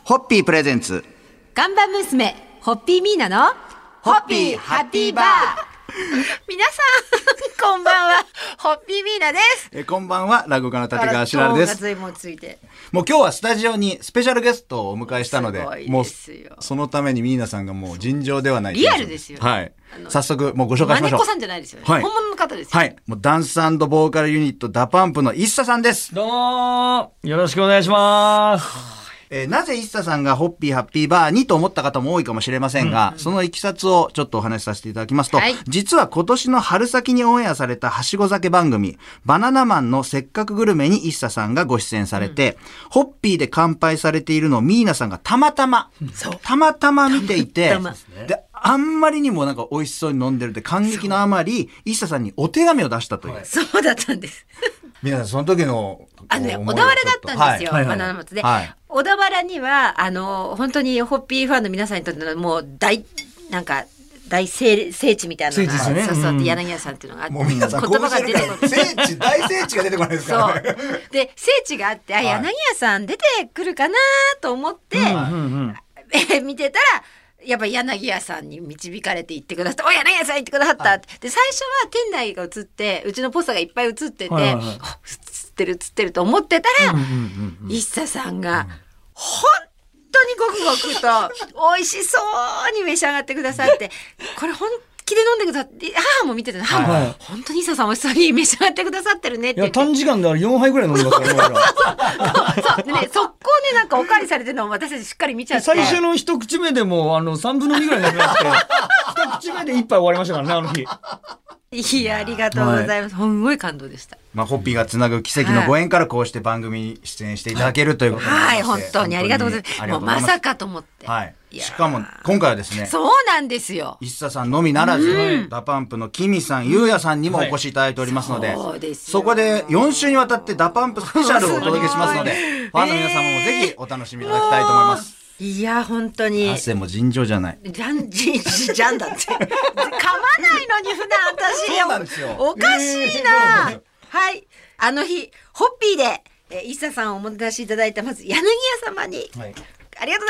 ホッピープレゼンツ看板娘ホッピーミーナのホッピーハッピーバー。 皆さんこんばんは、ホッピーミーナです。 こんばんは、落語家の立川しらるです。 もうついて、 もう今日はスタジオにスペシャルゲストをお迎えしたので、 すごいもうですよ。 そのためにミーナさんがもう尋常ではないリアルですよ。 はい。早速もうご紹介しましょう。 マネコさんじゃないですよね。 はい、 本物の方ですよ。 はい。もうダンス&ボーカルユニットダパンプのＩＳＳＡさんです。 どうもよろしくお願いします。 なぜＩＳＳＡさんがホッピーハッピーバーにと思った方も多いかもしれませんが、そのいきさつをちょっとお話しさせていただきますと、 はい、 実は今年の春先にオンエアされたはしご酒番組バナナマンのせっかくグルメにＩＳＳＡさんがご出演されて、ホッピーで乾杯されているのをミーナさんがたまたま見ていて、であんまりにもなんか美味しそうに飲んでるって感激のあまりＩＳＳＡさんにお手紙を出したという。 そうだったんです。 皆さんその時の小田原だったんですよ、バナナマンで、小田原には本当にホッピーファンの皆さんにとってのもう大聖地みたいなのが、 ね、 そう柳家さんっていうのがあって、 もう皆さん言葉が出てこない大聖地が出てこないですからね。 そうで聖地があって、柳家さん出てくるかなと思って、見てたらやっぱ柳家さんに導かれて行ってくださった。柳家さん行ってくださった、で最初は店内が映って、うちのポスターがいっぱい映ってて、映ってると思ってたら、ＩＳＳＡさんが本当にごくごくと美味しそうに召し上がってくださって、これ本気で飲んでくださって、母も見てて、母も本当にＩＳＳＡさん美味しそうに召し上がってくださってるねって言って、 いや短時間で4杯ぐらい飲んでますからね。 そうでね、速攻でなんかおかわりされてるのを私たちしっかり見ちゃって、 最初の一口目でも3分の2ぐらいになりまして、一口目で1杯終わりましたからね、あの日。 いや、ありがとうございます。すごい感動でした。 ホッピーがつなぐ奇跡のご縁からこうして番組に出演していただけるということで、 はい、本当にありがとうございます。もうまさかと思って。 はい。しかも今回はですね、 そうなんですよ。 ＩＳＳＡさんのみならず、ダパンプのキミさん、ゆうやさんにもお越しいただいておりますので、そこで4週にわたってダパンプスペシャルをお届けしますので、ファンの皆様もぜひお楽しみいただきたいと思います。 いや本当に汗も尋常じゃない。 じゃんだって噛まないのに普段私。 そうなんですよ。 おかしいな。はい、あの日ホッピーでＩＳＳＡさんをおもてなしいただいたまず柳家様に、ありがとうございます。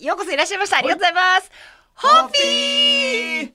ようこそいらっしゃいました。ありがとうございます。ホッピー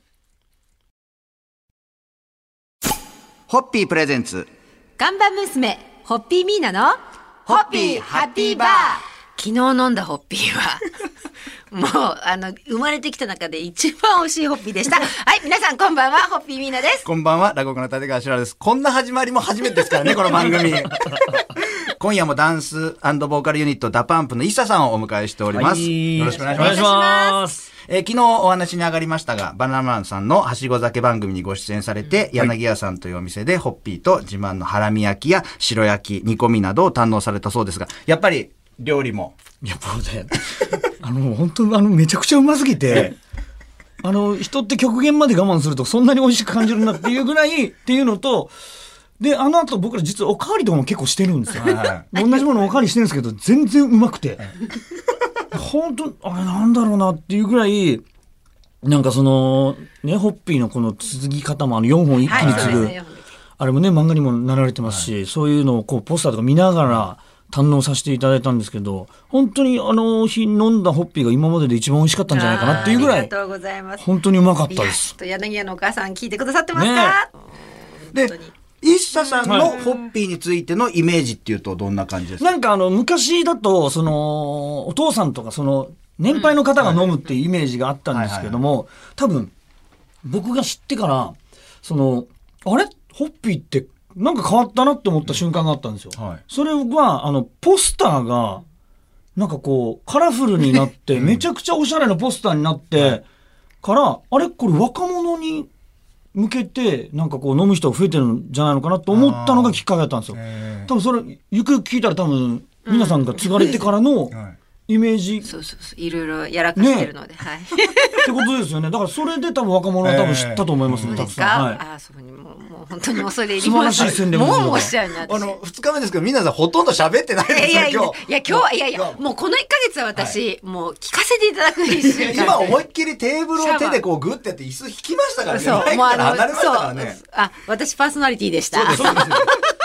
ホッピープレゼンツ看板娘ホッピーミーナのホッピーハッピーバー。 昨日飲んだホッピーはもう生まれてきた中で一番美味しいホッピーでした。はい、皆さんこんばんは、ホッピーミーナです。 こんばんは、落語家の立川しらるです。こんな始まりも初めてですからね、この番組。今夜もダンス&ボーカルユニットダパンプのＩＳＳＡさんをお迎えしております。よろしくお願いします。 お願いします。 昨日お話に上がりましたが、バナナマンさんのはしご酒番組にご出演されて、柳家さんというお店でホッピーと自慢のハラミ焼きや白焼き、煮込みなどを堪能されたそうですが、やっぱり料理も。 いや、もうね、本当めちゃくちゃうますぎて、人って極限まで我慢するとそんなに美味しく感じるんだっていうぐらいっていうのと、で、後僕ら実はおかわりとかも結構してるんですよ。同じものをおかわりしてるんですけど、全然うまくて。本当あれなんだろうなっていうぐらい、なんかホッピーのこの継ぎ方も4本一気に継ぐ、あれもね、漫画にもなられてますし、そういうのをポスターとか見ながら堪能させていただいたんですけど、本当に日飲んだホッピーが今までで一番美味しかったんじゃないかなっていうぐらい、本当にうまかったです。 柳家のお母さん聞いてくださってますか？ で、ＩＳＳＡさんのホッピーについてのイメージっていうとどんな感じですか？ なんか昔だとお父さんとか年配の方が飲むっていうイメージがあったんですけども、多分僕が知ってからあれホッピーってなんか変わったなって思った瞬間があったんですよ。それはポスターがなんかカラフルになってめちゃくちゃおしゃれなポスターになってから、あれこれ若者に向けてなんか飲む人が増えてるんじゃないのかなと思ったのがきっかけだったんですよ。多分それゆくゆく聞いたら多分皆さんが継がれてからのイメージ、 そういろいろやらかしてるので、はいってことですよね。だからそれで多分若者は多分知ったと思いますね。 そうですか。そうにもう本当に恐れ入ります。素晴らしい宣伝もうしちゃうな。 2日目ですけど皆さんほとんど喋ってないですよ。 今日はもうこの1ヶ月は私もう聞かせていただくんですよ。 今思いっきりテーブルを手でグッてやって椅子引きましたからね。マイクから離れましたからね。 私パーソナリティでした。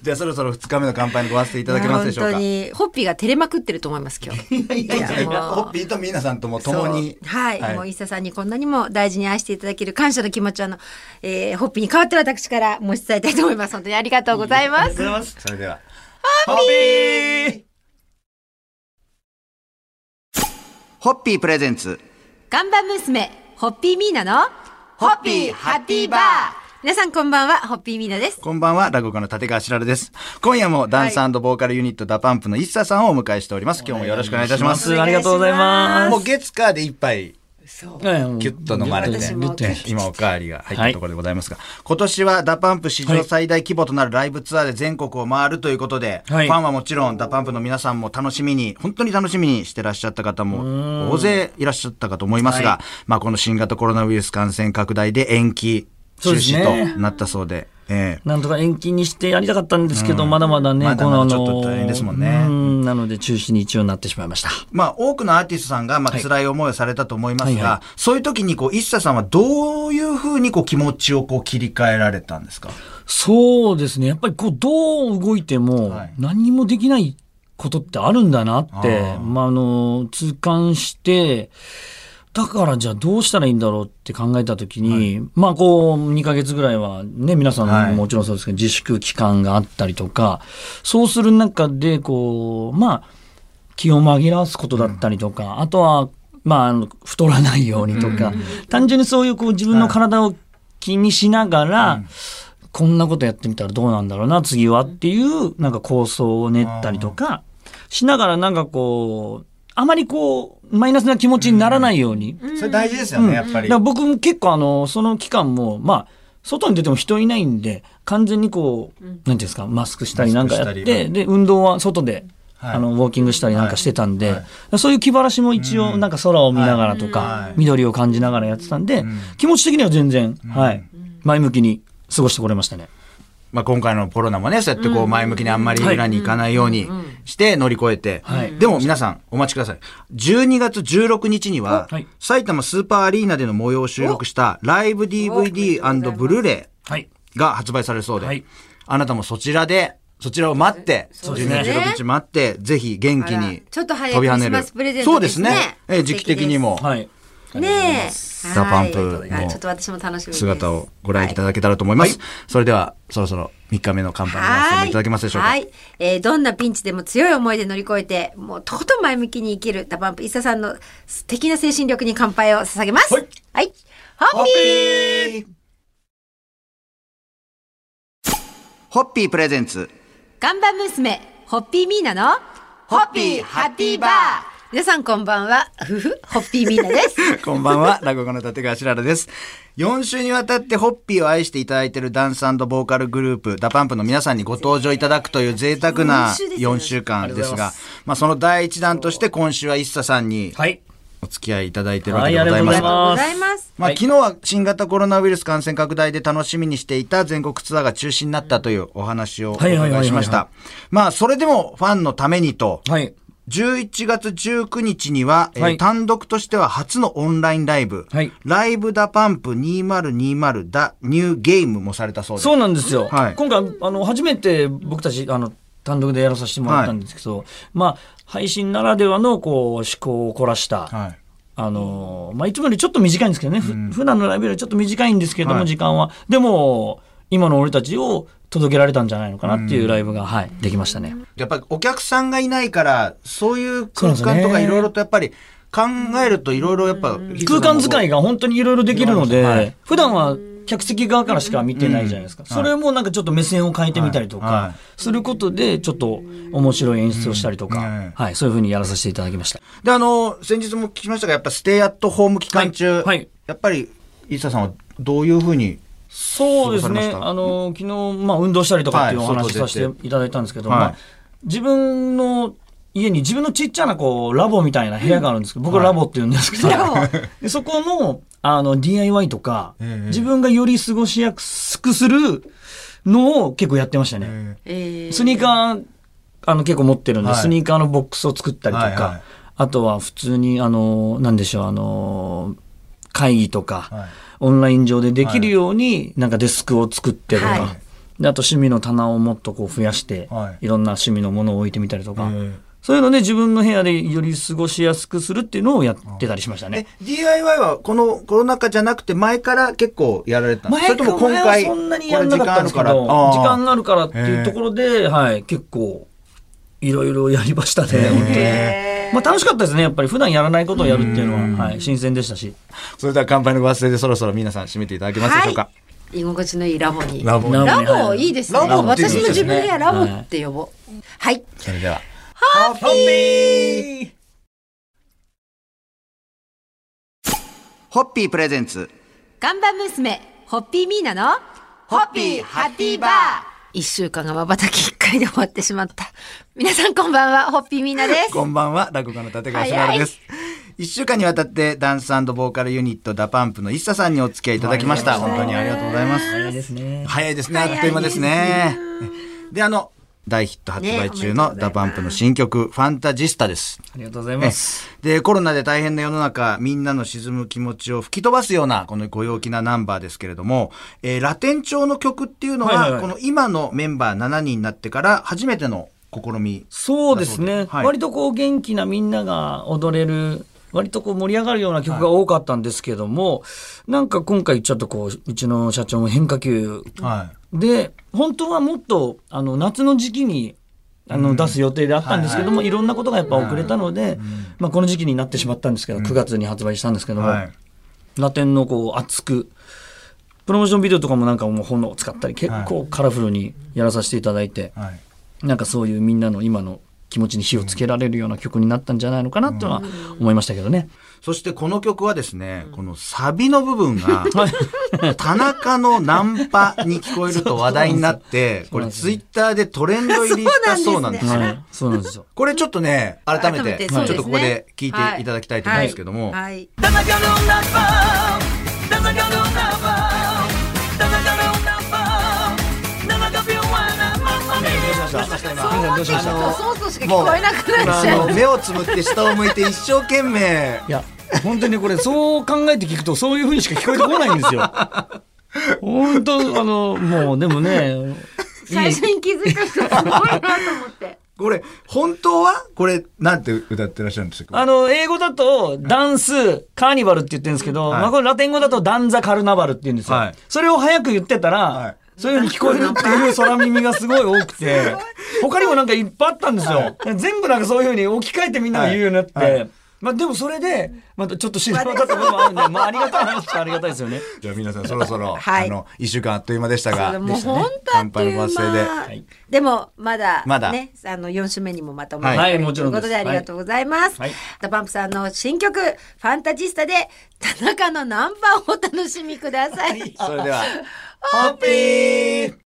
じゃあそろそろ2日目の乾杯にごわせていただけますでしょうか。 本当にホッピーが照れまくってると思います今日。 ホッピーと皆さんとも共に、 はい、もうＩＳＳＡさんにこんなにも大事に愛していただける感謝の気持ちをホッピーに代わって私から申し伝えたいと思います。本当にありがとうございます。 それではホッピーホッピープレゼンツ看板娘ホッピーミーナのホッピーハッピーバー。皆さんこんばんは、ホッピーミーナです。 こんばんは、落語家の立川しららです。今夜もダンス&ボーカルユニットダパンプのＩＳＳＡさんをお迎えしております。今日もよろしくお願いいたします。 ありがとうございます。 もう月火で一杯そうギュッと飲まれて、今おかわりが入ったところでございますが、今年はダパンプ史上最大規模となるライブツアーで全国を回るということで、ファンはもちろんダパンプの皆さんも楽しみに、本当に楽しみにしてらっしゃった方も大勢いらっしゃったかと思いますが、まあこの新型コロナウイルス感染拡大で延期、中止となったそうで、 なんとか延期にしてやりたかったんですけど、まだまだね、 まだまだちょっと大変ですもんね。 なので中止に一応なってしまいました。 まあ多くのアーティストさんが辛い思いをされたと思いますが、そういう時にＩＳＳＡさんはどういうふうに気持ちを切り替えられたんですか？ そうですね。やっぱりどう動いても何にもできないことってあるんだなって、痛感して、だからじゃあどうしたらいいんだろうって考えたときに、2ヶ月ぐらいはね、皆さんもちろんそうですけど、自粛期間があったりとか、そうする中で、気を紛らわすことだったりとか、あとは、太らないようにとか、単純にそういう自分の体を気にしながら、こんなことやってみたらどうなんだろうな、次はっていう、構想を練ったりとか、しながらあまりマイナスな気持ちにならないように。 それ大事ですよね、やっぱり。 だから僕も結構その期間も、外に出ても人いないんで、完全になんていうんですか、マスクしたりなんかやって、で、運動は外で、ウォーキングしたりなんかしてたんで、そういう気晴らしも一応、空を見ながらとか、緑を感じながらやってたんで、気持ち的には全然、前向きに過ごしてこれましたね。 今回のコロナもね、そうやって前向きにあんまり裏に行かないようにして乗り越えて、でも皆さんお待ちください。12月16日には、埼玉スーパーアリーナでの模様を収録したライブ DVD& ブルーレイが発売されるそうで、あなたもそちらを待って、12月16日待って、ぜひ元気にちょっと早くクリスマスプレゼントですね。 そうですね。時期的にも。 ねえ。 ダパンプのちょっと私も楽しみです。 姿をご覧いただけたらと思います。それでは、そろそろ3日目の乾杯をさせていただけますでしょうか。 どんなピンチでも強い思いで乗り越えて、もうとことん前向きに生きるダパンプＩＳＳＡさんの素敵な精神力に乾杯を捧げます。ホッピーホッピープレゼンツ看板娘、ホッピーミーナのホッピーハッピーバー。皆さんこんばんは。ホッピーミーナです。 こんばんは。落語家の立川しららです。4週にわたってホッピーを愛していただいているダンス&ボーカルグループダパンプの皆さんにご登場いただくという贅沢な4週間ですが、その第一弾として今週はＩＳＳＡさんにお付き合いいただいているわけでございます。 ありがとうございます。 昨日は新型コロナウイルス感染拡大で楽しみにしていた全国ツアーが中止になったというお話をお伺いしました。それでもファンのためにと、11月19日には、単独としては初のオンラインライブ、ライブダパンプ2020ダニューゲームもされたそうです。 そうなんですよ。今回初めて僕たち単独でやらさせてもらったんですけど、配信ならではの思考を凝らした、いつもよりちょっと短いんですけどね、普段のライブよりちょっと短いんですけども、時間はでも今の俺たちを届けられたんじゃないのかなっていうライブが、できましたね。 やっぱりお客さんがいないからそういう空間とかいろいろとやっぱり考えるといろいろやっぱ空間使いが本当にいろいろできるので、普段は客席側からしか見てないじゃないですか。それもちょっと目線を変えてみたりとかすることでちょっと面白い演出をしたりとか、そういう風にやらさせていただきました。 で先日も聞きましたが、やっぱステイアットホーム期間中、やっぱりＩＳＳＡさんはどういう風にそうですね。昨日、運動したりとかっていうお話させていただいたんですけど、自分の家に自分のちっちゃなラボみたいな部屋があるんですけど、僕はラボって言うんですけど、でそこのDIY とか、自分がより過ごしやすくするのを結構やってましたね。スニーカー結構持ってるんで、スニーカーのボックスを作ったりとか、あとは普通になんでしょう、会議とか、オンライン上でできるようにデスクを作ってとか、 であと趣味の棚をもっとこう増やして、いろんな趣味のものを置いてみたりとか、そういうので自分の部屋でより過ごしやすくするっていうのをやってたりしましたね。 DIY はこのコロナ禍じゃなくて前から結構やられたんですか？それとも今回そんなにやんなかったんですけど、時間があるからっていうところで、はい、結構いろいろやりましたね、本当に。まあ楽しかったですね。やっぱり普段やらないことをやるっていうのは、はい、新鮮でしたし。 それでは乾杯のご発声でそろそろ皆さん締めていただけますでしょうか。 居心地のいいラボに。 ラボいいですね。私も自分でラボって呼ぼう。はい。 それでは。 ハッピーホッピープレゼンツ。 看板娘、ホッピーミーナのホッピーハッピーバー。一週間が瞬き一回で終わってしまった。皆さんこんばんは、ホッピーミーナです。 こんばんは、落語家の立川しなるです。一週間にわたってダンス&ボーカルユニットダパンプの一茶さんにお付き合いいただきました。本当にありがとうございます。 早いですね。 早いですね。あっという間ですね。で、大ヒット発売中のダパンプの新曲、ファンタジスタです。 ありがとうございます。 で、コロナで大変な世の中、みんなの沈む気持ちを吹き飛ばすような、このご陽気なナンバーですけれども、ラテン調の曲っていうのは、この今のメンバー7人になってから初めての試み。 そうですね。割とこう元気なみんなが踊れる、割とこう盛り上がるような曲が多かったんですけども、なんか今回ちょっとこう、うちの社長も変化球で、本当はもっと夏の時期に出す予定であったんですけども、いろんなことがやっぱ遅れたので、まあこの時期になってしまったんですけど、9月に発売したんですけども、ラテンのこう熱く、プロモーションビデオとかもなんかもう炎を使ったり結構カラフルにやらさせていただいて、なんかそういうみんなの今の気持ちに火をつけられるような曲になったんじゃないのかなっていうのは思いましたけどね。 そしてこの曲はですね、このサビの部分が田中のナンパに聞こえると話題になって、これツイッターでトレンド入りしたそうなんですよ。 そうなんですよ。 これちょっとね、改めてちょっとここで聞いていただきたいと思うんですけども。田中のナンパ、田中のナンパ、田中のナンパ、田中病はなままね。どうしました今。どうしました。 そうしか聞こえなくなっちゃう。 目をつむって下を向いて一生懸命。 いや本当にこれそう考えて聞くとそういう風にしか聞こえてこないんですよ。本当もうでもね、 最初に気づいた人すごいなと思って。 これ本当はこれなんて歌ってらっしゃるんですか？ 英語だとダンスカーニバルって言ってるんですけど、まあこれラテン語だとダンザカルナバルって言うんですよ。それを早く言ってたら。そういう風に聞こえるっていう空耳がすごい多くて、他にもなんかいっぱいあったんですよ。全部なんかそういう風に置き換えてみんなが言うようになって、まあでもそれで、またちょっと知らなかった部分もあるんで、まあありがたい話っちゃありがたいですよね。 じゃあ皆さんそろそろ、一週間あっという間でしたが、 もう本当あっという間。でもまだね、4週目にもまたお待ちしているということでありがとうございます。ダパンプさんの新曲、ファンタジスタで田中のナンパをお楽しみください。 それでは、ホッピー